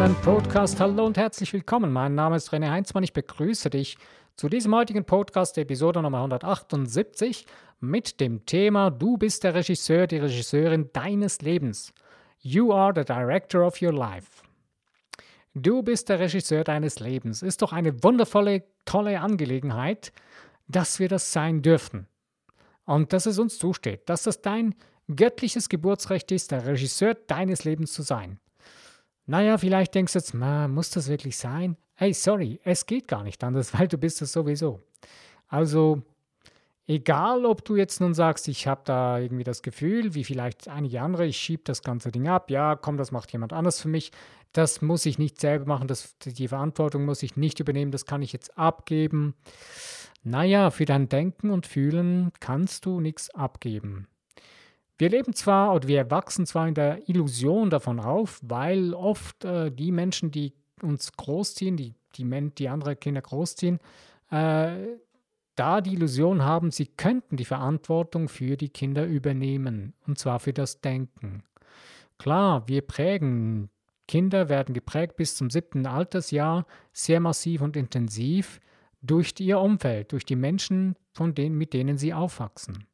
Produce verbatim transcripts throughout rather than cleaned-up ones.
meinem Podcast. Hallo und herzlich willkommen. Mein Name ist René Heinzmann. Ich begrüße dich zu diesem heutigen Podcast, Episode Nummer hundertachtundsiebzig, mit dem Thema: Du bist der Regisseur, die Regisseurin deines Lebens. You are the director of your life. Du bist der Regisseur deines Lebens. Ist doch eine wundervolle, tolle Angelegenheit, dass wir das sein dürfen. Und dass es uns zusteht, dass das dein göttliches Geburtsrecht ist, der Regisseur deines Lebens zu sein. Naja, vielleicht denkst du jetzt, muss das wirklich sein? Hey, sorry, es geht gar nicht anders, weil du bist es sowieso. Also, egal ob du jetzt nun sagst, ich habe da irgendwie das Gefühl, wie vielleicht einige andere, ich schiebe das ganze Ding ab, ja, komm, das macht jemand anders für mich, das muss ich nicht selber machen, das, die Verantwortung muss ich nicht übernehmen, das kann ich jetzt abgeben. Naja, für dein Denken und Fühlen kannst du nichts abgeben. Wir leben zwar oder wir wachsen zwar in der Illusion davon auf, weil oft äh, die Menschen, die uns großziehen, die, die, Men die andere Kinder großziehen, äh, da die Illusion haben, sie könnten die Verantwortung für die Kinder übernehmen, und zwar für das Denken. Klar, wir prägen, Kinder werden geprägt bis zum siebten Altersjahr sehr massiv und intensiv durch ihr Umfeld, durch die Menschen, von denen, mit denen sie aufwachsen.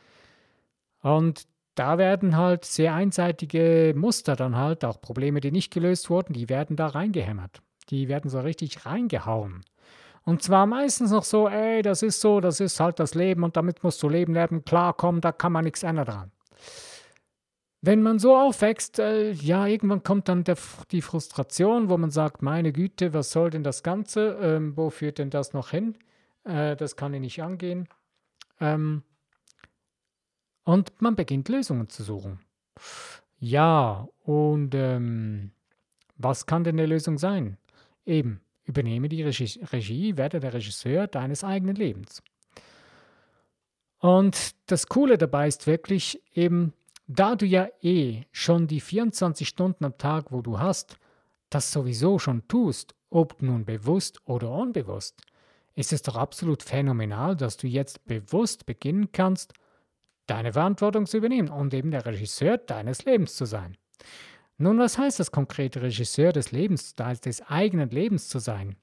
Und da werden halt sehr einseitige Muster dann halt, auch Probleme, die nicht gelöst wurden, die werden da reingehämmert. Die werden so richtig reingehauen. Und zwar meistens noch so, ey, das ist so, das ist halt das Leben und damit musst du leben lernen, klarkommen, da kann man nichts ändern dran. Wenn man so aufwächst, äh, ja, irgendwann kommt dann der, die Frustration, wo man sagt, meine Güte, was soll denn das Ganze, ähm, wo führt denn das noch hin? Äh, das kann ich nicht angehen. Ähm, Und man beginnt Lösungen zu suchen. Ja, und ähm, was kann denn eine Lösung sein? Eben, übernehme die Regie, Regie, werde der Regisseur deines eigenen Lebens. Und das Coole dabei ist wirklich eben, da du ja eh schon die vierundzwanzig Stunden am Tag, wo du hast, das sowieso schon tust, ob nun bewusst oder unbewusst, ist es doch absolut phänomenal, dass du jetzt bewusst beginnen kannst, deine Verantwortung zu übernehmen und eben der Regisseur deines Lebens zu sein. Nun, was heißt das konkrete, Regisseur des Lebens, des eigenen Lebens zu sein?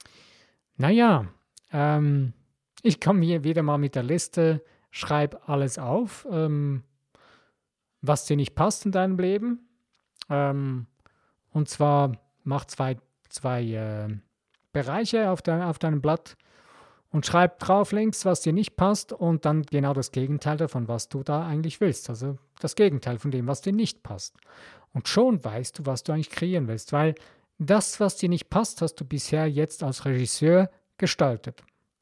Naja, ähm, ich komme hier wieder mal mit der Liste, schreib alles auf, ähm, was dir nicht passt in deinem Leben. Ähm, und zwar mach zwei, zwei äh, Bereiche auf, de, auf deinem Blatt. Und schreib drauf links, was dir nicht passt, und dann genau das Gegenteil davon, was du da eigentlich willst. Also das Gegenteil von dem, was dir nicht passt. Und schon weißt du, was du eigentlich kreieren willst, weil das, was dir nicht passt, hast du bisher jetzt als Regisseur gestaltet.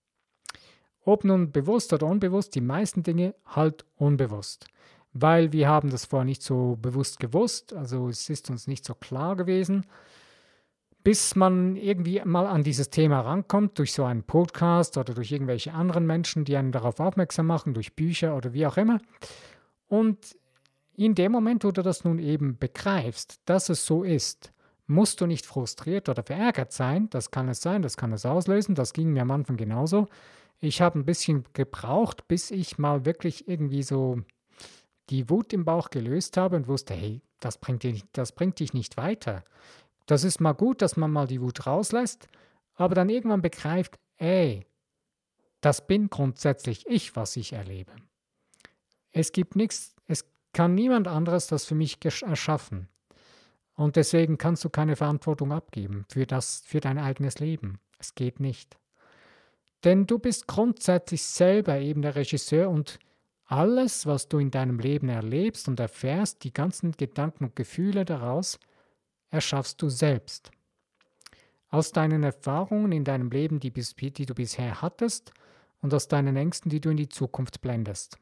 Ob nun bewusst oder unbewusst, die meisten Dinge halt unbewusst. Weil wir haben das vorher nicht so bewusst gewusst, also es ist uns nicht so klar gewesen. Bis man irgendwie mal an dieses Thema rankommt, durch so einen Podcast oder durch irgendwelche anderen Menschen, die einen darauf aufmerksam machen, durch Bücher oder wie auch immer. Und in dem Moment, wo du das nun eben begreifst, dass es so ist, musst du nicht frustriert oder verärgert sein. Das kann es sein, das kann es auslösen. Das ging mir am Anfang genauso. Ich habe ein bisschen gebraucht, bis ich mal wirklich irgendwie so die Wut im Bauch gelöst habe und wusste, hey, das bringt dich, das bringt dich nicht weiter. Das ist mal gut, dass man mal die Wut rauslässt, aber dann irgendwann begreift, ey, das bin grundsätzlich ich, was ich erlebe. Es gibt nichts, es kann niemand anderes das für mich erschaffen. Und deswegen kannst du keine Verantwortung abgeben für das, für dein eigenes Leben. Es geht nicht. Denn du bist grundsätzlich selber eben der Regisseur, und alles, was du in deinem Leben erlebst und erfährst, die ganzen Gedanken und Gefühle daraus, erschaffst du selbst. Aus deinen Erfahrungen in deinem Leben, die, bis, die du bisher hattest, und aus deinen Ängsten, die du in die Zukunft blendest.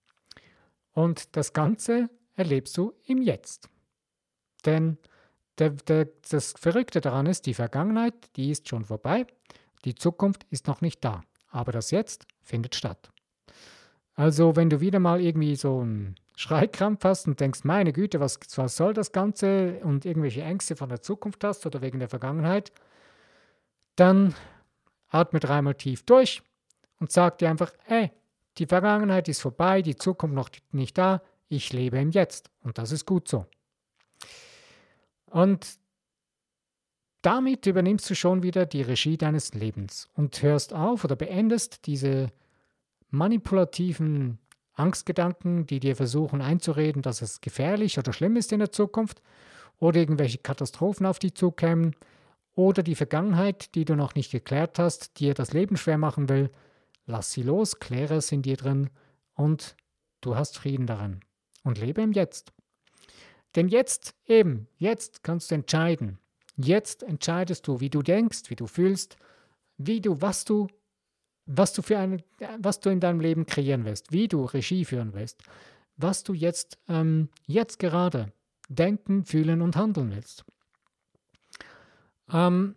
Und das Ganze erlebst du im Jetzt. Denn der, der, das Verrückte daran ist, die Vergangenheit, die ist schon vorbei, die Zukunft ist noch nicht da, aber das Jetzt findet statt. Also wenn du wieder mal irgendwie so ein Schreikrampf hast und denkst, meine Güte, was, was soll das Ganze, und irgendwelche Ängste von der Zukunft hast oder wegen der Vergangenheit, dann atme dreimal tief durch und sag dir einfach, hey, die Vergangenheit ist vorbei, die Zukunft noch nicht da, ich lebe im Jetzt, und das ist gut so. Und damit übernimmst du schon wieder die Regie deines Lebens und hörst auf oder beendest diese manipulativen Angstgedanken, die dir versuchen einzureden, dass es gefährlich oder schlimm ist in der Zukunft oder irgendwelche Katastrophen auf dich zukämen oder die Vergangenheit, die du noch nicht geklärt hast, dir das Leben schwer machen will. Lass sie los, kläre es in dir drin und du hast Frieden darin. Und lebe im Jetzt. Denn jetzt, eben, jetzt kannst du entscheiden. Jetzt entscheidest du, wie du denkst, wie du fühlst, wie du, was du, was du für eine, was du in deinem Leben kreieren willst, wie du Regie führen willst, was du jetzt, ähm, jetzt gerade denken, fühlen und handeln willst. Ähm,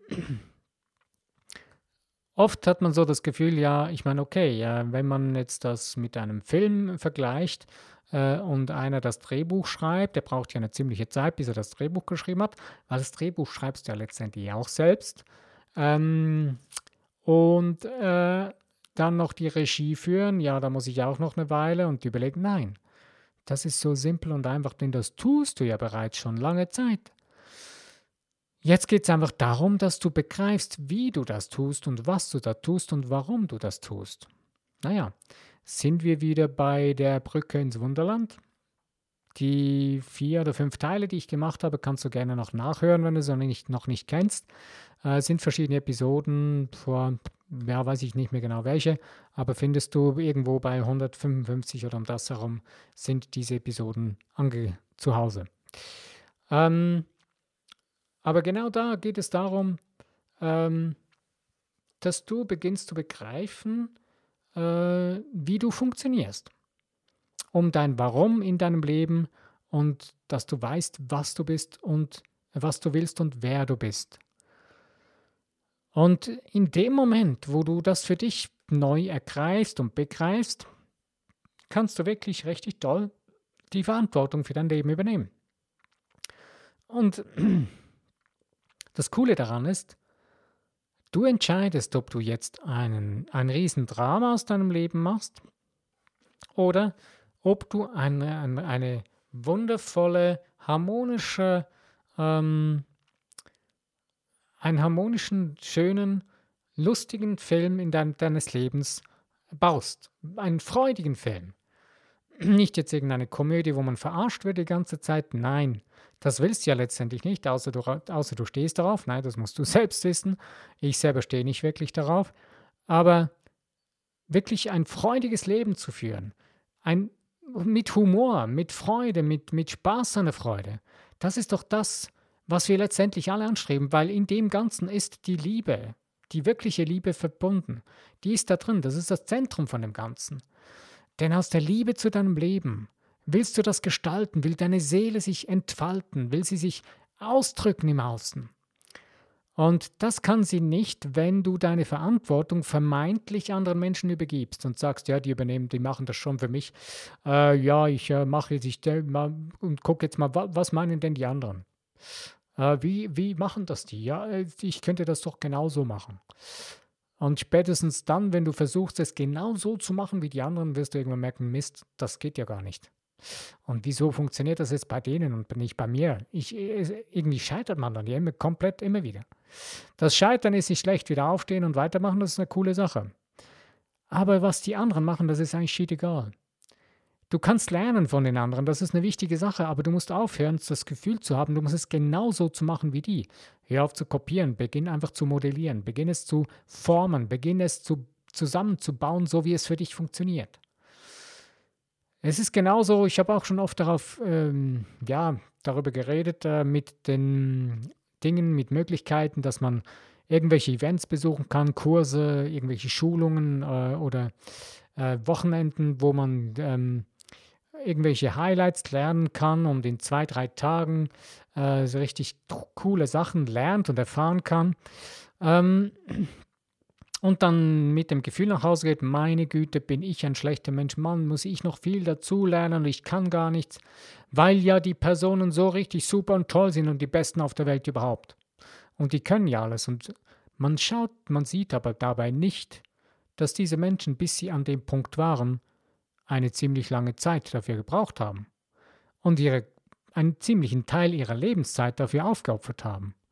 oft hat man so das Gefühl, ja, ich meine, okay, ja, wenn man jetzt das mit einem Film vergleicht äh, und einer das Drehbuch schreibt, der braucht ja eine ziemliche Zeit, bis er das Drehbuch geschrieben hat, weil das Drehbuch schreibst du ja letztendlich auch selbst. Ähm, und äh, dann noch die Regie führen, ja, da muss ich auch noch eine Weile und überlegen, nein, das ist so simpel und einfach, denn das tust du ja bereits schon lange Zeit. Jetzt geht es einfach darum, dass du begreifst, wie du das tust und was du da tust und warum du das tust. Naja, sind wir wieder bei der Brücke ins Wunderland? Die vier oder fünf Teile, die ich gemacht habe, kannst du gerne noch nachhören, wenn du sie nicht, noch nicht kennst. Äh, sind verschiedene Episoden vor, ja, weiß ich nicht mehr genau welche, aber findest du irgendwo bei hundertfünfundfünfzig oder um das herum sind diese Episoden ange zu Hause. Ähm, aber genau da geht es darum, ähm, dass du beginnst zu begreifen, äh, wie du funktionierst, um dein Warum in deinem Leben und dass du weißt, was du bist und was du willst und wer du bist. Und in dem Moment, wo du das für dich neu ergreifst und begreifst, kannst du wirklich richtig toll die Verantwortung für dein Leben übernehmen. Und das Coole daran ist, du entscheidest, ob du jetzt einen, ein Riesendrama aus deinem Leben machst oder ob du eine, eine, eine wundervolle, harmonische, ähm, einen harmonischen, schönen, lustigen Film in dein, deines Lebens baust. Einen freudigen Film. Nicht jetzt irgendeine Komödie, wo man verarscht wird die ganze Zeit. Nein, das willst du ja letztendlich nicht, außer du, außer du stehst darauf. Nein, das musst du selbst wissen. Ich selber stehe nicht wirklich darauf. Aber wirklich ein freudiges Leben zu führen, ein, mit Humor, mit Freude, mit, mit Spaß an der Freude, das ist doch das, was wir letztendlich alle anstreben, weil in dem Ganzen ist die Liebe, die wirkliche Liebe verbunden. Die ist da drin, das ist das Zentrum von dem Ganzen. Denn aus der Liebe zu deinem Leben willst du das gestalten, will deine Seele sich entfalten, will sie sich ausdrücken im Außen. Und das kann sie nicht, wenn du deine Verantwortung vermeintlich anderen Menschen übergibst und sagst, ja, die übernehmen, die machen das schon für mich. Äh, ja, ich äh, mache jetzt, ich äh, mal und gucke jetzt mal, wa, was meinen denn die anderen? Äh, wie, wie machen das die? Ja, äh, ich könnte das doch genauso machen. Und spätestens dann, wenn du versuchst, es genau so zu machen wie die anderen, wirst du irgendwann merken, Mist, das geht ja gar nicht. Und wieso funktioniert das jetzt bei denen und nicht bei mir? Ich, irgendwie scheitert man dann ja immer komplett, immer wieder. Das Scheitern ist nicht schlecht, wieder aufstehen und weitermachen, das ist eine coole Sache. Aber was die anderen machen, das ist eigentlich shit egal. Du kannst lernen von den anderen, das ist eine wichtige Sache, aber du musst aufhören, das Gefühl zu haben, du musst es genauso zu machen wie die. Hör auf zu kopieren, beginn einfach zu modellieren, beginn es zu formen, beginn es zu, zusammenzubauen, so wie es für dich funktioniert. Es ist genauso, ich habe auch schon oft darauf, ähm, ja, darüber geredet, äh, mit den Dingen, mit Möglichkeiten, dass man irgendwelche Events besuchen kann, Kurse, irgendwelche Schulungen äh, oder äh, Wochenenden, wo man ähm, irgendwelche Highlights lernen kann und in zwei, drei Tagen äh, so richtig coole Sachen lernt und erfahren kann. Ähm, und dann mit dem Gefühl nach Hause geht, meine Güte, bin ich ein schlechter Mensch, Mann, muss ich noch viel dazulernen und ich kann gar nichts, weil ja die Personen so richtig super und toll sind und die Besten auf der Welt überhaupt. Und die können ja alles. Und man schaut, man sieht aber dabei nicht, dass diese Menschen, bis sie an dem Punkt waren, eine ziemlich lange Zeit dafür gebraucht haben und ihre, einen ziemlichen Teil ihrer Lebenszeit dafür aufgeopfert haben.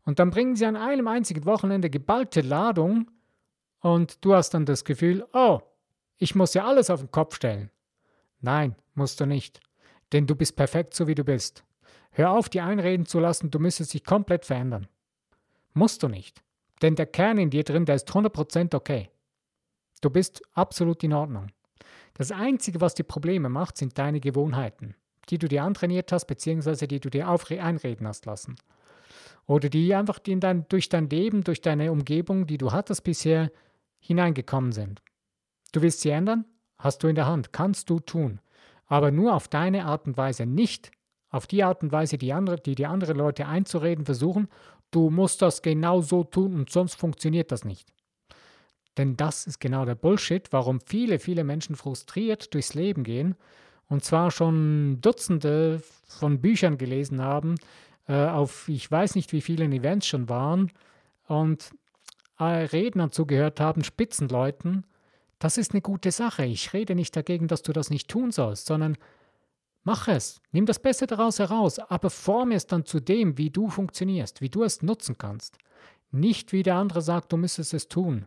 Und dann bringen sie an einem einzigen Wochenende geballte Ladung und du hast dann das Gefühl, oh, ich muss ja alles auf den Kopf stellen. Nein, musst du nicht, denn du bist perfekt, so wie du bist. Hör auf, dir einreden zu lassen, du müsstest dich komplett verändern. Musst du nicht, denn der Kern in dir drin, der ist hundert Prozent okay. Du bist absolut in Ordnung. Das Einzige, was dir Probleme macht, sind deine Gewohnheiten, die du dir antrainiert hast, beziehungsweise die du dir aufre- einreden hast lassen. Oder die einfach in dein, durch dein Leben, durch deine Umgebung, die du hattest bisher, hineingekommen sind. Du willst sie ändern? Hast du in der Hand, kannst du tun. Aber nur auf deine Art und Weise, nicht auf die Art und Weise, die, andere, die die andere Leute einzureden versuchen, du musst das genau so tun und sonst funktioniert das nicht. Denn das ist genau der Bullshit, warum viele, viele Menschen frustriert durchs Leben gehen und zwar schon Dutzende von Büchern gelesen haben, äh, auf ich weiß nicht wie vielen Events schon waren und äh, Rednern zugehört haben, Spitzenleuten. Das ist eine gute Sache. Ich rede nicht dagegen, dass du das nicht tun sollst, sondern mach es. Nimm das Beste daraus heraus, aber forme es dann zu dem, wie du funktionierst, wie du es nutzen kannst. Nicht wie der andere sagt, du müsstest es tun.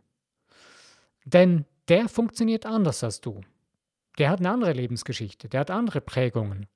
Denn der funktioniert anders als du. Der hat eine andere Lebensgeschichte, der hat andere Prägungen.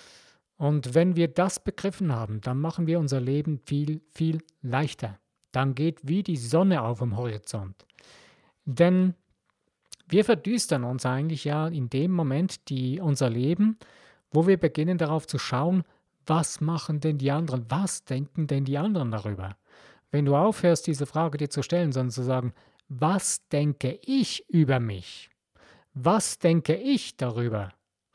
Und wenn wir das begriffen haben, dann machen wir unser Leben viel, viel leichter. Dann geht wie die Sonne auf am Horizont. Denn wir verdüstern uns eigentlich ja in dem Moment die, unser Leben, wo wir beginnen darauf zu schauen, was machen denn die anderen, was denken denn die anderen darüber? Wenn du aufhörst, diese Frage dir zu stellen, sondern zu sagen, was denke ich über mich? Was denke ich darüber?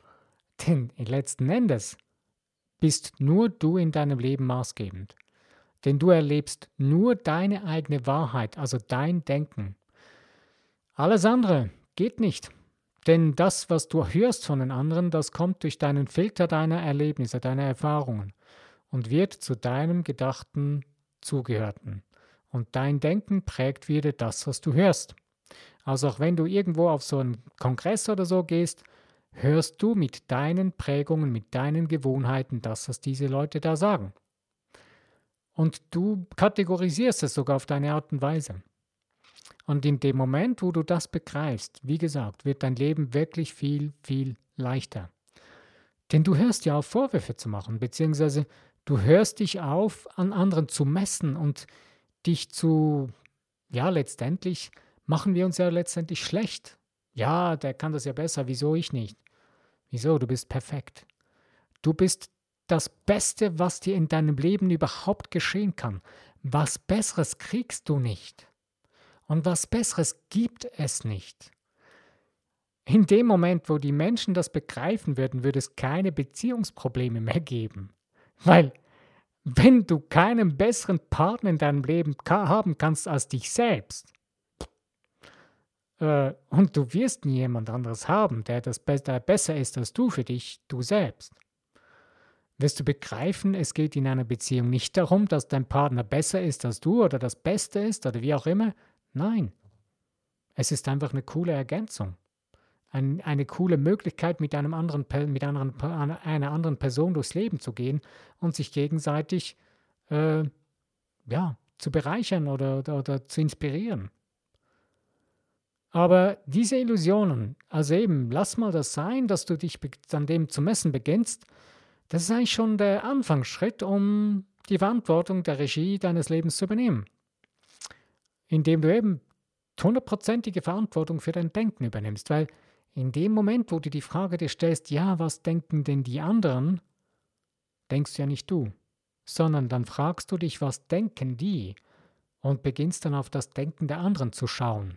Denn letzten Endes bist nur du in deinem Leben maßgebend. Denn du erlebst nur deine eigene Wahrheit, also dein Denken. Alles andere geht nicht. Denn das, was du hörst von den anderen, das kommt durch deinen Filter deiner Erlebnisse, deiner Erfahrungen und wird zu deinem Gedachten zugehörten. Und dein Denken prägt wieder das, was du hörst. Also auch wenn du irgendwo auf so einen Kongress oder so gehst, hörst du mit deinen Prägungen, mit deinen Gewohnheiten das, was diese Leute da sagen. Und du kategorisierst es sogar auf deine Art und Weise. Und in dem Moment, wo du das begreifst, wie gesagt, wird dein Leben wirklich viel, viel leichter. Denn du hörst ja auf, Vorwürfe zu machen, beziehungsweise du hörst dich auf, an anderen zu messen und dich zu, ja, letztendlich machen wir uns ja letztendlich schlecht. Ja, der kann das ja besser, wieso ich nicht? Wieso? Du bist perfekt. Du bist das Beste, was dir in deinem Leben überhaupt geschehen kann. Was Besseres kriegst du nicht. Und was Besseres gibt es nicht. In dem Moment, wo die Menschen das begreifen würden, würde es keine Beziehungsprobleme mehr geben. Weil, wenn du keinen besseren Partner in deinem Leben ka- haben kannst als dich selbst, äh, und du wirst nie jemand anderes haben, der, das be- der besser ist als du für dich, du selbst, wirst du begreifen, es geht in einer Beziehung nicht darum, dass dein Partner besser ist als du oder das Beste ist oder wie auch immer. Nein, es ist einfach eine coole Ergänzung. Ein, eine coole Möglichkeit, mit, einem anderen, mit anderen, einer anderen Person durchs Leben zu gehen und sich gegenseitig äh, ja, zu bereichern oder, oder, oder zu inspirieren. Aber diese Illusionen, also eben, lass mal das sein, dass du dich an dem zu messen beginnst, das ist eigentlich schon der Anfangsschritt, um die Verantwortung der Regie deines Lebens zu übernehmen. Indem du eben hundertprozentige Verantwortung für dein Denken übernimmst, weil in dem Moment, wo du die Frage dir stellst, ja, was denken denn die anderen, denkst ja nicht du, sondern dann fragst du dich, was denken die und beginnst dann auf das Denken der anderen zu schauen.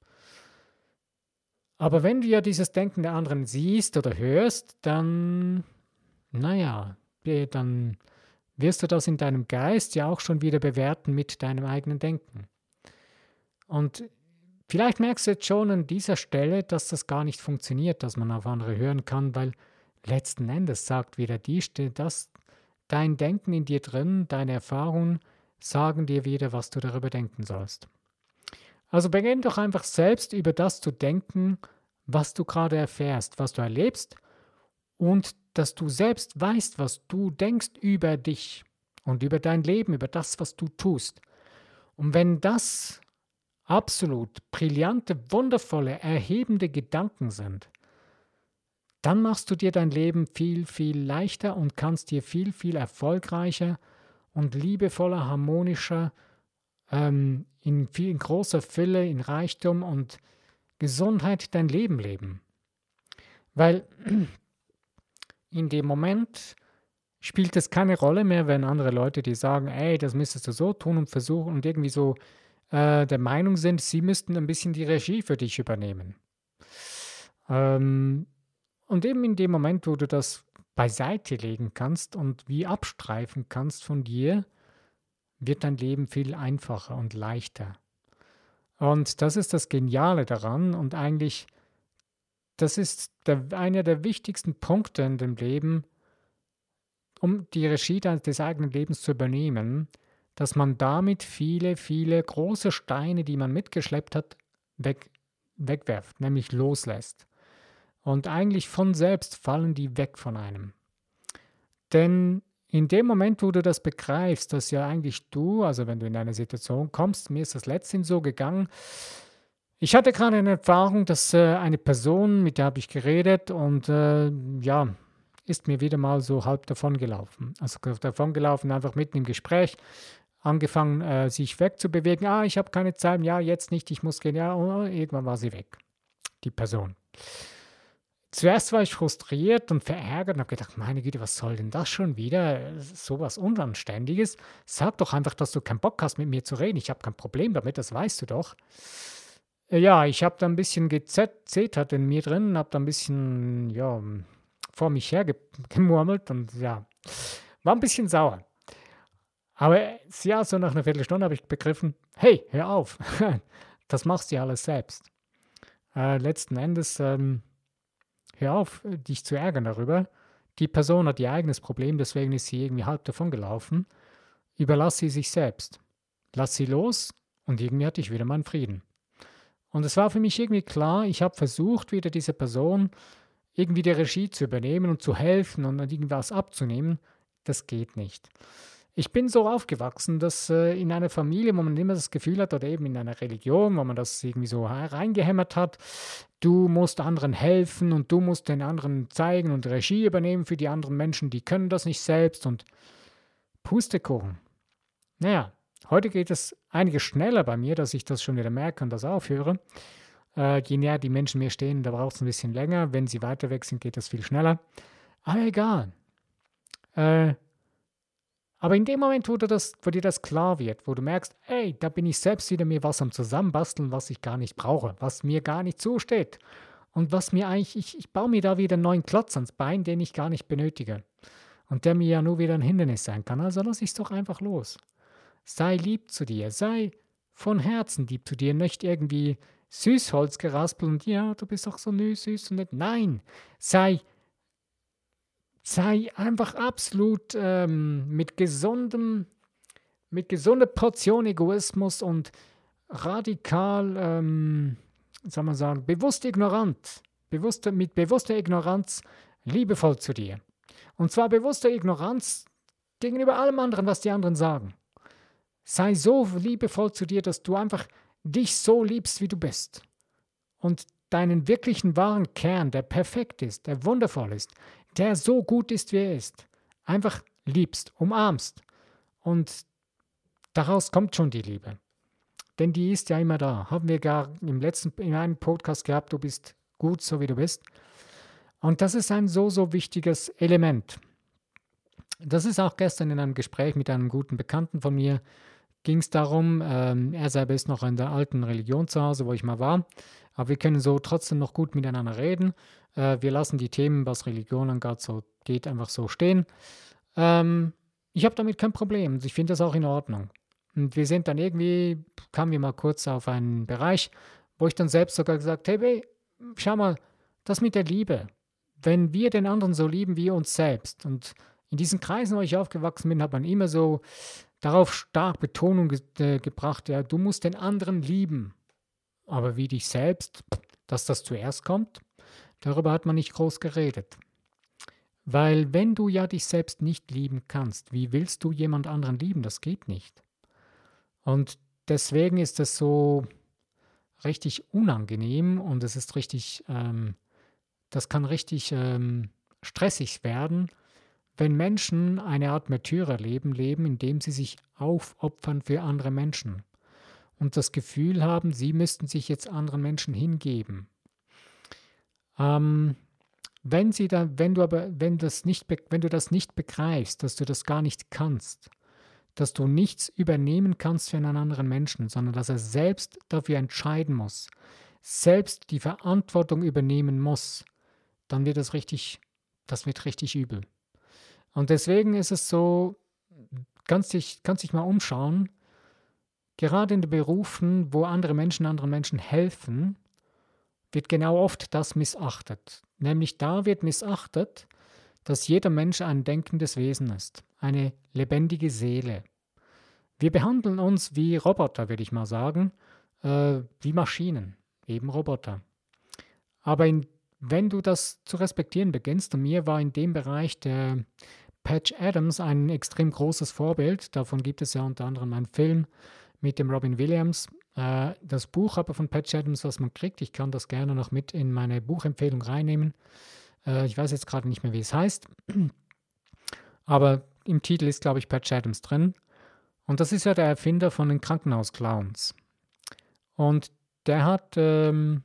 Aber wenn du ja dieses Denken der anderen siehst oder hörst, dann, naja, dann wirst du das in deinem Geist ja auch schon wieder bewerten mit deinem eigenen Denken. Und vielleicht merkst du jetzt schon an dieser Stelle, dass das gar nicht funktioniert, dass man auf andere hören kann, weil letzten Endes sagt wieder die Stelle, dass dein Denken in dir drin, deine Erfahrungen sagen dir wieder, was du darüber denken sollst. Also beginn doch einfach selbst über das zu denken, was du gerade erfährst, was du erlebst und dass du selbst weißt, was du denkst über dich. und über dein Leben, über das, was du tust. Und wenn das absolut brillante, wundervolle, erhebende Gedanken sind, dann machst du dir dein Leben viel, viel leichter und kannst dir viel, viel erfolgreicher und liebevoller, harmonischer, ähm, in, viel, in großer Fülle, in Reichtum und Gesundheit dein Leben leben. Weil in dem Moment spielt es keine Rolle mehr, wenn andere Leute dir sagen, ey, das müsstest du so tun und versuchen und irgendwie so äh, der Meinung sind, sie müssten ein bisschen die Regie für dich übernehmen. Ähm, und eben in dem Moment, wo du das beiseite legen kannst und wie abstreifen kannst von dir, wird dein Leben viel einfacher und leichter. Und das ist das Geniale daran und eigentlich, das ist der, einer der wichtigsten Punkte in dem Leben, um die Regie des eigenen Lebens zu übernehmen, dass man damit viele, viele große Steine, die man mitgeschleppt hat, weg, wegwerft, nämlich loslässt. Und eigentlich von selbst fallen die weg von einem. Denn in dem Moment, wo du das begreifst, dass ja eigentlich du, also wenn du in eine Situation kommst, mir ist das letztens so gegangen, ich hatte gerade eine Erfahrung, dass äh, eine Person, mit der habe ich geredet und äh, ja, ist mir wieder mal so halb davon gelaufen. Also davon gelaufen, einfach mitten im Gespräch, angefangen, äh, sich wegzubewegen. Ah, ich habe keine Zeit, ja, jetzt nicht, ich muss gehen. Ja, oh, irgendwann war sie weg, die Person. Zuerst war ich frustriert und verärgert und habe gedacht, meine Güte, was soll denn das schon wieder? Sowas Unanständiges. Sag doch einfach, dass du keinen Bock hast, mit mir zu reden. Ich habe kein Problem damit, das weißt du doch. Ja, ich habe da ein bisschen gezetert in mir drin, habe da ein bisschen, ja, vor mich her gemurmelt und ja, war ein bisschen sauer. Aber ja, so nach einer Viertelstunde habe ich begriffen, hey, hör auf, das machst du ja alles selbst. Äh, letzten Endes, ähm, hör auf, dich zu ärgern darüber. Die Person hat ihr eigenes Problem, deswegen ist sie irgendwie halb davon gelaufen. Überlass sie sich selbst. Lass sie los und irgendwie hatte ich wieder meinen Frieden. Und es war für mich irgendwie klar, ich habe versucht, wieder diese Person irgendwie die Regie zu übernehmen und zu helfen und irgendwas abzunehmen. Das geht nicht. Ich bin so aufgewachsen, dass äh, in einer Familie, wo man immer das Gefühl hat, oder eben in einer Religion, wo man das irgendwie so reingehämmert hat, du musst anderen helfen und du musst den anderen zeigen und Regie übernehmen für die anderen Menschen, die können das nicht selbst und Pustekuchen. Naja, heute geht es einiges schneller bei mir, dass ich das schon wieder merke und das aufhöre. Äh, je näher die Menschen mir stehen, da braucht es ein bisschen länger. Wenn sie weiter weg sind, geht das viel schneller. Aber egal. Äh, aber in dem Moment, wo, du das, wo dir das klar wird, wo du merkst, ey, da bin ich selbst wieder mir was am Zusammenbasteln, was ich gar nicht brauche, was mir gar nicht zusteht. Und was mir eigentlich, ich, ich baue mir da wieder einen neuen Klotz ans Bein, den ich gar nicht benötige. Und der mir ja nur wieder ein Hindernis sein kann. Also lass ich es doch einfach los. Sei lieb zu dir, sei von Herzen lieb zu dir, nicht irgendwie Süßholz geraspelt und ja, du bist doch so süß und nett. Nein, sei Sei einfach absolut ähm, mit gesundem, mit gesunder Portion Egoismus und radikal, ähm, soll man sagen, bewusst ignorant, bewusst, mit bewusster Ignoranz liebevoll zu dir. Und zwar bewusster Ignoranz gegenüber allem anderen, was die anderen sagen. Sei so liebevoll zu dir, dass du einfach dich so liebst, wie du bist. Und deinen wirklichen wahren Kern, der perfekt ist, der wundervoll ist, der so gut ist, wie er ist, einfach liebst, umarmst. Und daraus kommt schon die Liebe. Denn die ist ja immer da. Haben wir gar im letzten, in einem Podcast gehabt, du bist gut, so wie du bist. Und das ist ein so, so wichtiges Element. Das ist auch gestern in einem Gespräch mit einem guten Bekannten von mir, ging es darum, ähm, er selber ist noch in der alten Religion zu Hause, wo ich mal war, aber wir können so trotzdem noch gut miteinander reden. Äh, wir lassen die Themen, was Religion angeht, so geht, einfach so stehen. Ähm, ich habe damit kein Problem. Ich finde das auch in Ordnung. Und wir sind dann irgendwie, kamen wir mal kurz auf einen Bereich, wo ich dann selbst sogar gesagt habe, hey, schau mal, das mit der Liebe. Wenn wir den anderen so lieben wie uns selbst. Und in diesen Kreisen, wo ich aufgewachsen bin, hat man immer so darauf stark Betonung ge äh, gebracht, ja, du musst den anderen lieben. Aber wie dich selbst, dass das zuerst kommt, darüber hat man nicht groß geredet. Weil wenn du ja dich selbst nicht lieben kannst, wie willst du jemand anderen lieben? Das geht nicht. Und deswegen ist es so richtig unangenehm und es ist richtig, ähm, das kann richtig ähm, stressig werden, wenn Menschen eine Art Märtyrerleben leben, indem sie sich aufopfern für andere Menschen und das Gefühl haben, sie müssten sich jetzt anderen Menschen hingeben. Ähm, wenn sie dann, wenn du aber, wenn das nicht, wenn du das nicht begreifst, dass du das gar nicht kannst, dass du nichts übernehmen kannst für einen anderen Menschen, sondern dass er selbst dafür entscheiden muss, selbst die Verantwortung übernehmen muss, dann wird das richtig, das wird richtig übel. Und deswegen ist es so, kannst dich, kannst dich mal umschauen, gerade in den Berufen, wo andere Menschen anderen Menschen helfen, wird genau oft das missachtet. Nämlich da wird missachtet, dass jeder Mensch ein denkendes Wesen ist, eine lebendige Seele. Wir behandeln uns wie Roboter, würde ich mal sagen, äh, wie Maschinen, eben Roboter. Aber in, wenn du das zu respektieren beginnst, und mir war in dem Bereich der Patch Adams ein extrem großes Vorbild, davon gibt es ja unter anderem einen Film mit dem Robin Williams, äh, das Buch aber von Patch Adams, was man kriegt, ich kann das gerne noch mit in meine Buchempfehlung reinnehmen. Äh, ich weiß jetzt gerade nicht mehr, wie es heißt, aber im Titel ist, glaube ich, Patch Adams drin. Und das ist ja der Erfinder von den Krankenhausclowns. Und der hat, ähm,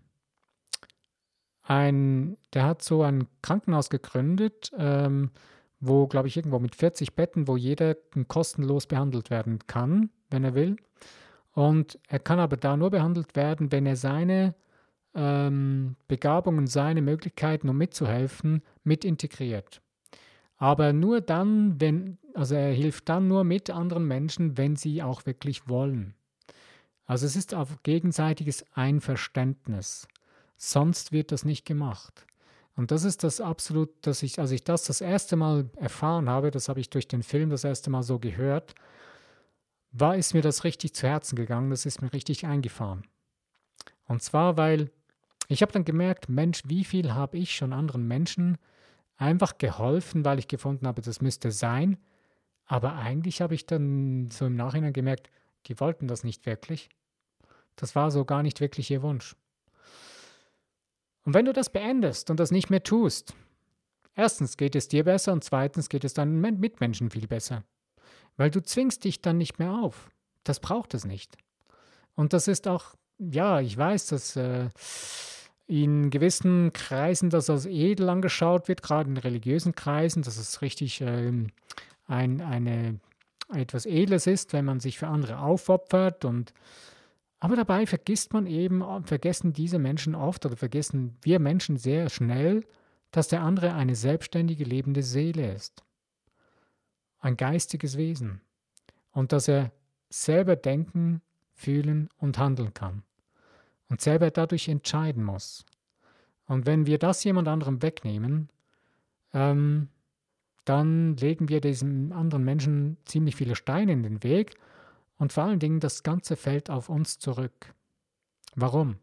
ein, der hat so ein Krankenhaus gegründet, ähm, wo, glaube ich, irgendwo mit vierzig Betten, wo jeder kostenlos behandelt werden kann, wenn er will. Und er kann aber da nur behandelt werden, wenn er seine ähm, Begabungen, seine Möglichkeiten, um mitzuhelfen, mit integriert. Aber nur dann, wenn, also er hilft dann nur mit anderen Menschen, wenn sie auch wirklich wollen. Also es ist auf gegenseitiges Einverständnis. Sonst wird das nicht gemacht. Und das ist das absolut, dass ich, als ich das das erste Mal erfahren habe, das habe ich durch den Film das erste Mal so gehört, war, ist mir das richtig zu Herzen gegangen, das ist mir richtig eingefahren. Und zwar, weil ich habe dann gemerkt, Mensch, wie viel habe ich schon anderen Menschen einfach geholfen, weil ich gefunden habe, das müsste sein. Aber eigentlich habe ich dann so im Nachhinein gemerkt, die wollten das nicht wirklich. Das war so gar nicht wirklich ihr Wunsch. Und wenn du das beendest und das nicht mehr tust, erstens geht es dir besser und zweitens geht es deinen Mitmenschen viel besser. Weil du zwingst dich dann nicht mehr auf. Das braucht es nicht. Und das ist auch, ja, ich weiß, dass äh, in gewissen Kreisen das als edel angeschaut wird, gerade in religiösen Kreisen, dass es richtig ähm, ein, eine, etwas Edles ist, wenn man sich für andere aufopfert. Und, aber dabei vergisst man eben, vergessen diese Menschen oft oder vergessen wir Menschen sehr schnell, dass der andere eine selbstständige, lebende Seele ist. Ein geistiges Wesen. Und dass er selber denken, fühlen und handeln kann. Und selber dadurch entscheiden muss. Und wenn wir das jemand anderem wegnehmen, ähm, dann legen wir diesem anderen Menschen ziemlich viele Steine in den Weg und vor allen Dingen das Ganze fällt auf uns zurück. Warum?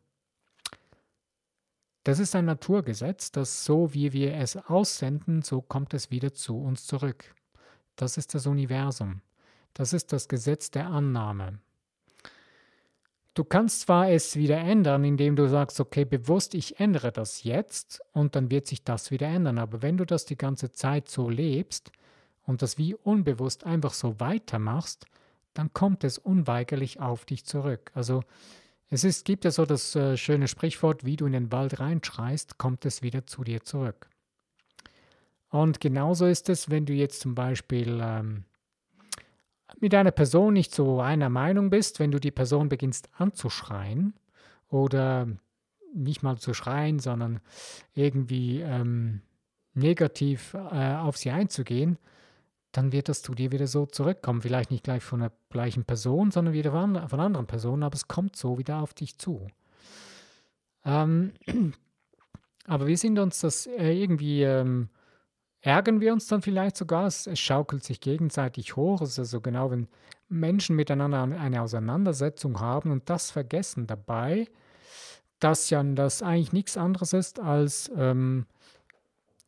Das ist ein Naturgesetz, dass so wie wir es aussenden, so kommt es wieder zu uns zurück. Das ist das Universum. Das ist das Gesetz der Annahme. Du kannst zwar es wieder ändern, indem du sagst, okay, bewusst, ich ändere das jetzt und dann wird sich das wieder ändern. Aber wenn du das die ganze Zeit so lebst und das wie unbewusst einfach so weitermachst, dann kommt es unweigerlich auf dich zurück. Also es ist, gibt ja so das äh, schöne Sprichwort, wie du in den Wald reinschreist, kommt es wieder zu dir zurück. Und genauso ist es, wenn du jetzt zum Beispiel ähm, mit einer Person nicht so einer Meinung bist, wenn du die Person beginnst anzuschreien oder nicht mal zu schreien, sondern irgendwie ähm, negativ äh, auf sie einzugehen, dann wird das zu dir wieder so zurückkommen. Vielleicht nicht gleich von der gleichen Person, sondern wieder von, von anderen Personen, aber es kommt so wieder auf dich zu. Ähm, aber wir sind uns das äh, irgendwie... Ähm, Ärgern wir uns dann vielleicht sogar? Es, es schaukelt sich gegenseitig hoch. Es ist also genau, wenn Menschen miteinander eine Auseinandersetzung haben und das vergessen dabei, dass ja das eigentlich nichts anderes ist als ähm,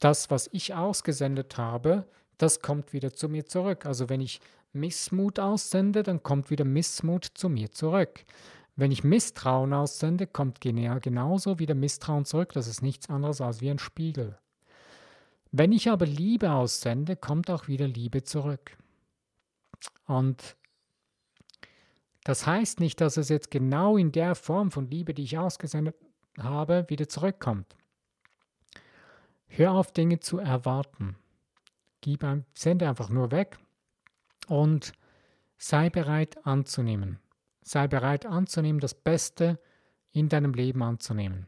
das, was ich ausgesendet habe, das kommt wieder zu mir zurück. Also wenn ich Missmut aussende, dann kommt wieder Missmut zu mir zurück. Wenn ich Misstrauen aussende, kommt genau, genauso wieder Misstrauen zurück. Das ist nichts anderes als wie ein Spiegel. Wenn ich aber Liebe aussende, kommt auch wieder Liebe zurück. Und das heißt nicht, dass es jetzt genau in der Form von Liebe, die ich ausgesendet habe, wieder zurückkommt. Hör auf, Dinge zu erwarten. Gib ein, sende einfach nur weg und sei bereit anzunehmen. Sei bereit anzunehmen, das Beste in deinem Leben anzunehmen.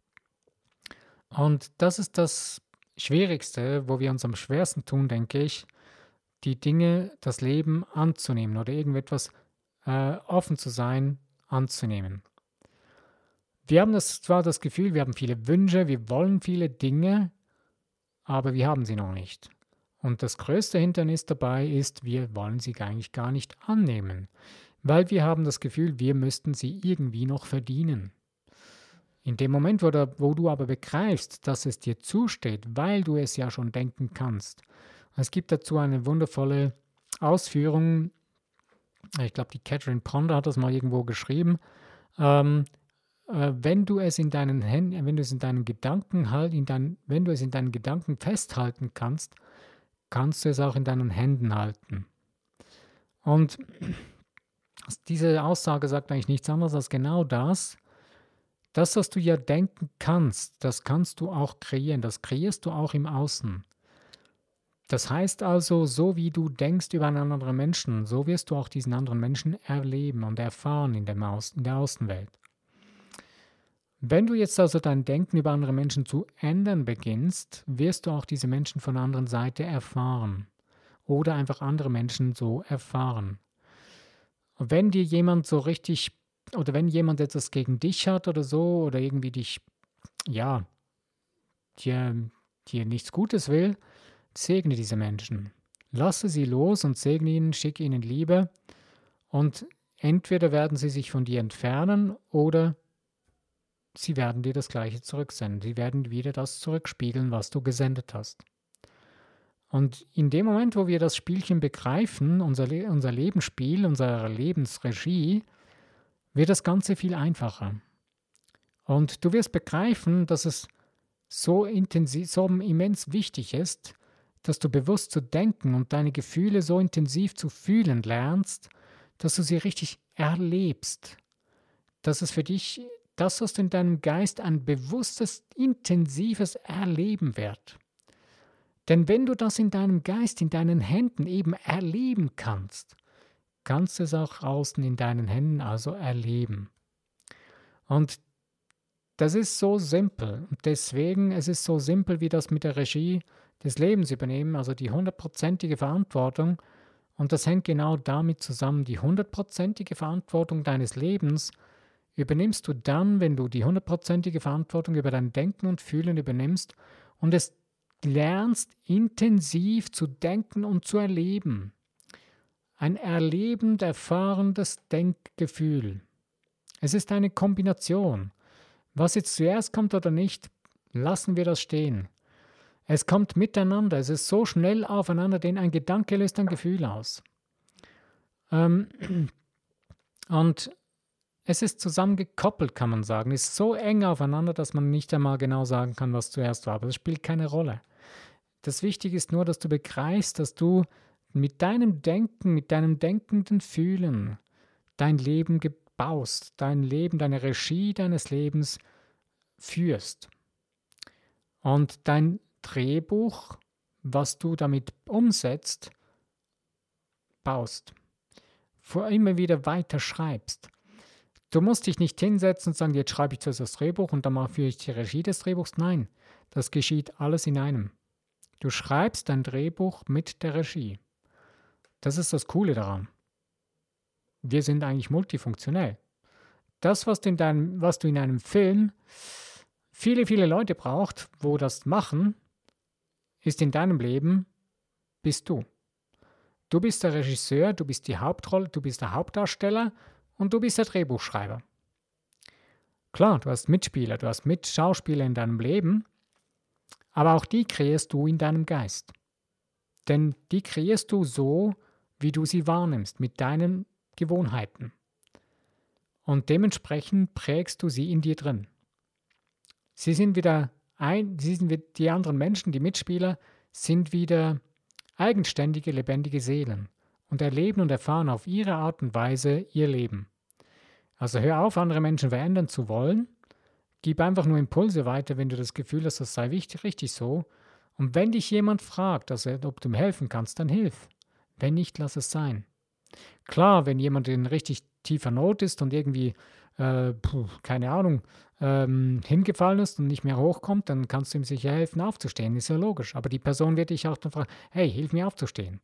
Und das ist das Schwierigste, wo wir uns am schwersten tun, denke ich, die Dinge, das Leben anzunehmen oder irgendetwas äh, offen zu sein, anzunehmen. Wir haben das, zwar das Gefühl, wir haben viele Wünsche, wir wollen viele Dinge, aber wir haben sie noch nicht. Und das größte Hindernis dabei ist, wir wollen sie eigentlich gar nicht annehmen, weil wir haben das Gefühl, wir müssten sie irgendwie noch verdienen. In dem Moment, wo, da, wo du aber begreifst, dass es dir zusteht, weil du es ja schon denken kannst. Es gibt dazu eine wundervolle Ausführung, ich glaube, die Catherine Ponder hat das mal irgendwo geschrieben, ähm, äh, wenn du es in deinen Händen, wenn du es in deinen Gedanken halt, in dein, wenn du es in deinen Gedanken festhalten kannst, kannst du es auch in deinen Händen halten. Und diese Aussage sagt eigentlich nichts anderes als genau das. Das, was du ja denken kannst, das kannst du auch kreieren, das kreierst du auch im Außen. Das heißt also, so wie du denkst über einen anderen Menschen, so wirst du auch diesen anderen Menschen erleben und erfahren in, dem Außen, in der Außenwelt. Wenn du jetzt also dein Denken über andere Menschen zu ändern beginnst, wirst du auch diese Menschen von der anderen Seite erfahren oder einfach andere Menschen so erfahren. Und wenn dir jemand so richtig, oder wenn jemand etwas gegen dich hat oder so, oder irgendwie dich, ja, dir, dir nichts Gutes will, segne diese Menschen. Lasse sie los und segne ihnen, schicke ihnen Liebe und entweder werden sie sich von dir entfernen oder sie werden dir das Gleiche zurücksenden. Sie werden wieder das zurückspiegeln, was du gesendet hast. Und in dem Moment, wo wir das Spielchen begreifen, unser, Le- unser Lebensspiel, unsere Lebensregie, wird das Ganze viel einfacher. Und du wirst begreifen, dass es so intensiv, so immens wichtig ist, dass du bewusst zu denken und deine Gefühle so intensiv zu fühlen lernst, dass du sie richtig erlebst. Dass es für dich, das, was du in deinem Geist ein bewusstes, intensives Erleben wird. Denn wenn du das in deinem Geist, in deinen Händen eben erleben kannst, kannst du es auch außen in deinen Händen also erleben. Und das ist so simpel. Und deswegen, es ist so simpel wie das mit der Regie des Lebens übernehmen, also die hundertprozentige Verantwortung. Und das hängt genau damit zusammen. Die hundertprozentige Verantwortung deines Lebens übernimmst du dann, wenn du die hundertprozentige Verantwortung über dein Denken und Fühlen übernimmst und es lernst, intensiv zu denken und zu erleben. Ein erlebend erfahrendes Denkgefühl. Es ist eine Kombination. Was jetzt zuerst kommt oder nicht, lassen wir das stehen. Es kommt miteinander, es ist so schnell aufeinander, denn ein Gedanke löst ein Gefühl aus. Ähm, und es ist zusammengekoppelt, kann man sagen. Es ist so eng aufeinander, dass man nicht einmal genau sagen kann, was zuerst war. Aber das spielt keine Rolle. Das Wichtige ist nur, dass du begreifst, dass du mit deinem Denken, mit deinem denkenden Fühlen dein Leben baust, dein Leben, deine Regie deines Lebens führst. Und dein Drehbuch, was du damit umsetzt, baust. Vor immer wieder weiter schreibst. Du musst dich nicht hinsetzen und sagen, jetzt schreibe ich zuerst das Drehbuch und dann führe ich die Regie des Drehbuchs. Nein, das geschieht alles in einem. Du schreibst dein Drehbuch mit der Regie. Das ist das Coole daran. Wir sind eigentlich multifunktionell. Das, was du in, deinem, was du in einem Film viele, viele Leute braucht, wo das machen, ist in deinem Leben, bist du. Du bist der Regisseur, du bist die Hauptrolle, du bist der Hauptdarsteller und du bist der Drehbuchschreiber. Klar, du hast Mitspieler, du hast Mitschauspieler in deinem Leben, Aber auch die kreierst du in deinem Geist. Denn die kreierst du so, wie du sie wahrnimmst, mit deinen Gewohnheiten. Und dementsprechend prägst du sie in dir drin. Sie sind wieder ein, sie sind wieder, die anderen Menschen, die Mitspieler, sind wieder eigenständige, lebendige Seelen und erleben und erfahren auf ihre Art und Weise ihr Leben. Also hör auf, andere Menschen verändern zu wollen. Gib einfach nur Impulse weiter, wenn du das Gefühl hast, das sei wichtig, richtig so. Und wenn dich jemand fragt, also ob du ihm helfen kannst, dann hilf. Wenn nicht, lass es sein. Klar, wenn jemand in richtig tiefer Not ist und irgendwie, äh, puh, keine Ahnung, ähm, hingefallen ist und nicht mehr hochkommt, dann kannst du ihm sicher helfen, aufzustehen. Ist ja logisch. Aber die Person wird dich auch dann fragen, hey, hilf mir aufzustehen.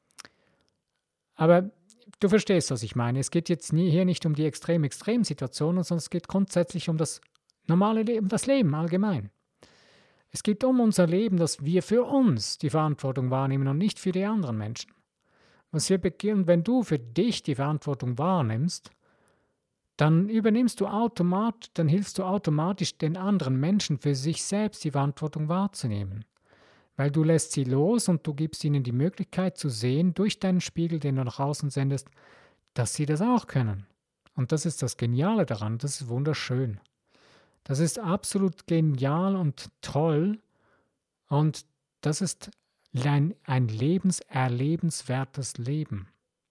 Aber du verstehst, was ich meine. Es geht jetzt nie, hier nicht um die Extrem-Extrem-Situationen, sondern es geht grundsätzlich um das normale Leben, das Leben allgemein. Es geht um unser Leben, dass wir für uns die Verantwortung wahrnehmen und nicht für die anderen Menschen. Was wir beginnen, wenn du für dich die Verantwortung wahrnimmst, dann übernimmst du automatisch, dann hilfst du automatisch den anderen Menschen für sich selbst die Verantwortung wahrzunehmen. Weil du lässt sie los und du gibst ihnen die Möglichkeit zu sehen, durch deinen Spiegel, den du nach außen sendest, dass sie das auch können. Und das ist das Geniale daran, das ist wunderschön. Das ist absolut genial und toll und das ist ein, ein lebenserlebenswertes Leben.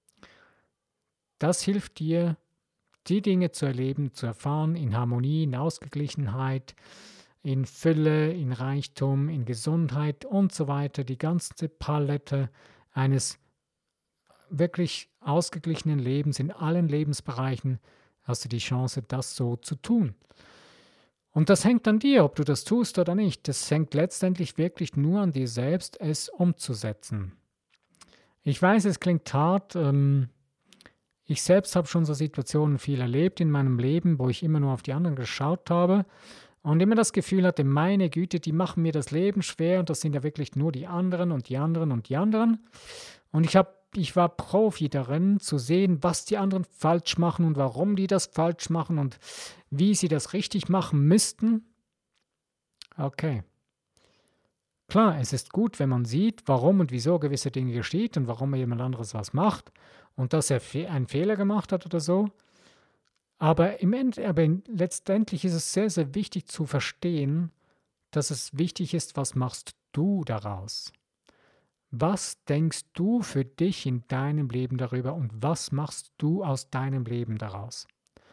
Das hilft dir, die Dinge zu erleben, zu erfahren, in Harmonie, in Ausgeglichenheit, in Fülle, in Reichtum, in Gesundheit und so weiter. Die ganze Palette eines wirklich ausgeglichenen Lebens in allen Lebensbereichen hast du die Chance, das so zu tun. Und das hängt an dir, ob du das tust oder nicht. Das hängt letztendlich wirklich nur an dir selbst, es umzusetzen. Ich weiß, es klingt hart. Ähm, ich selbst habe schon so Situationen viel erlebt in meinem Leben, wo ich immer nur auf die anderen geschaut habe und immer das Gefühl hatte, meine Güte, die machen mir das Leben schwer und das sind ja wirklich nur die anderen und die anderen und die anderen. Und ich, hab, ich war Profi darin, zu sehen, was die anderen falsch machen und warum die das falsch machen und wie sie das richtig machen müssten. Okay. Klar, es ist gut, wenn man sieht, warum und wieso gewisse Dinge geschieht und warum jemand anderes was macht und dass er fe- einen Fehler gemacht hat oder so. Aber, im End, aber letztendlich ist es sehr, sehr wichtig zu verstehen, dass es wichtig ist, was machst du daraus? Was denkst du für dich in deinem Leben darüber und was machst du aus deinem Leben daraus?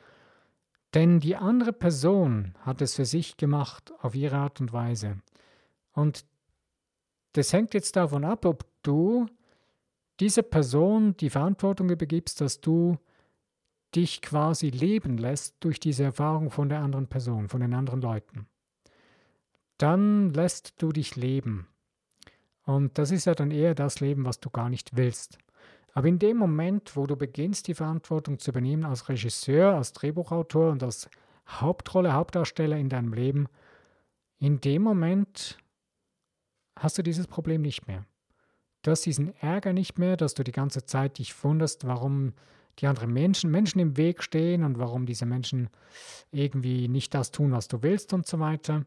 Denn die andere Person hat es für sich gemacht, auf ihre Art und Weise. Und das hängt jetzt davon ab, ob du dieser Person die Verantwortung übergibst, dass du dich quasi leben lässt durch diese Erfahrung von der anderen Person, von den anderen Leuten. Dann lässt du dich leben. Und das ist ja dann eher das Leben, was du gar nicht willst. Aber in dem Moment, wo du beginnst, die Verantwortung zu übernehmen als Regisseur, als Drehbuchautor und als Hauptrolle, Hauptdarsteller in deinem Leben, in dem Moment hast du dieses Problem nicht mehr. Du hast diesen Ärger nicht mehr, dass du die ganze Zeit dich wunderst, warum die anderen Menschen, Menschen im Weg stehen und warum diese Menschen irgendwie nicht das tun, was du willst und so weiter.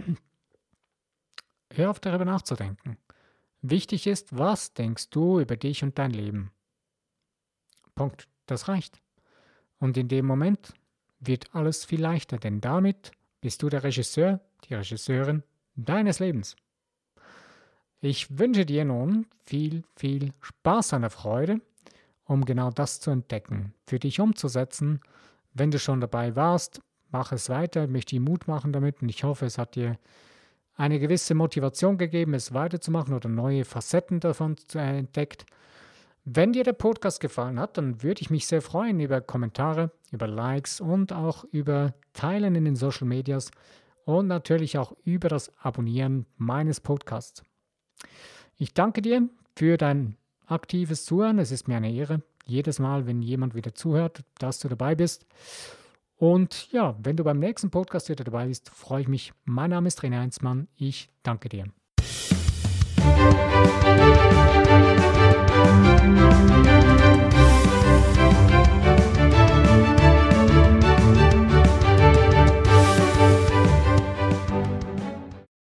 Hör auf, darüber nachzudenken. Wichtig ist, was denkst du über dich und dein Leben? Punkt. Das reicht. Und in dem Moment wird alles viel leichter, denn damit bist du der Regisseur, die Regisseurin deines Lebens. Ich wünsche dir nun viel, viel Spaß an der Freude, um genau das zu entdecken, für dich umzusetzen. Wenn du schon dabei warst, mach es weiter, ich möchte dir Mut machen damit und ich hoffe, es hat dir eine gewisse Motivation gegeben, es weiterzumachen oder neue Facetten davon zu äh, entdeckt. Wenn dir der Podcast gefallen hat, dann würde ich mich sehr freuen über Kommentare, über Likes und auch über Teilen in den Social Medias und natürlich auch über das Abonnieren meines Podcasts. Ich danke dir für dein aktives Zuhören. Es ist mir eine Ehre, jedes Mal, wenn jemand wieder zuhört, dass du dabei bist. Und ja, wenn du beim nächsten Podcast wieder dabei bist, freue ich mich. Mein Name ist René Heinzmann. Ich danke dir.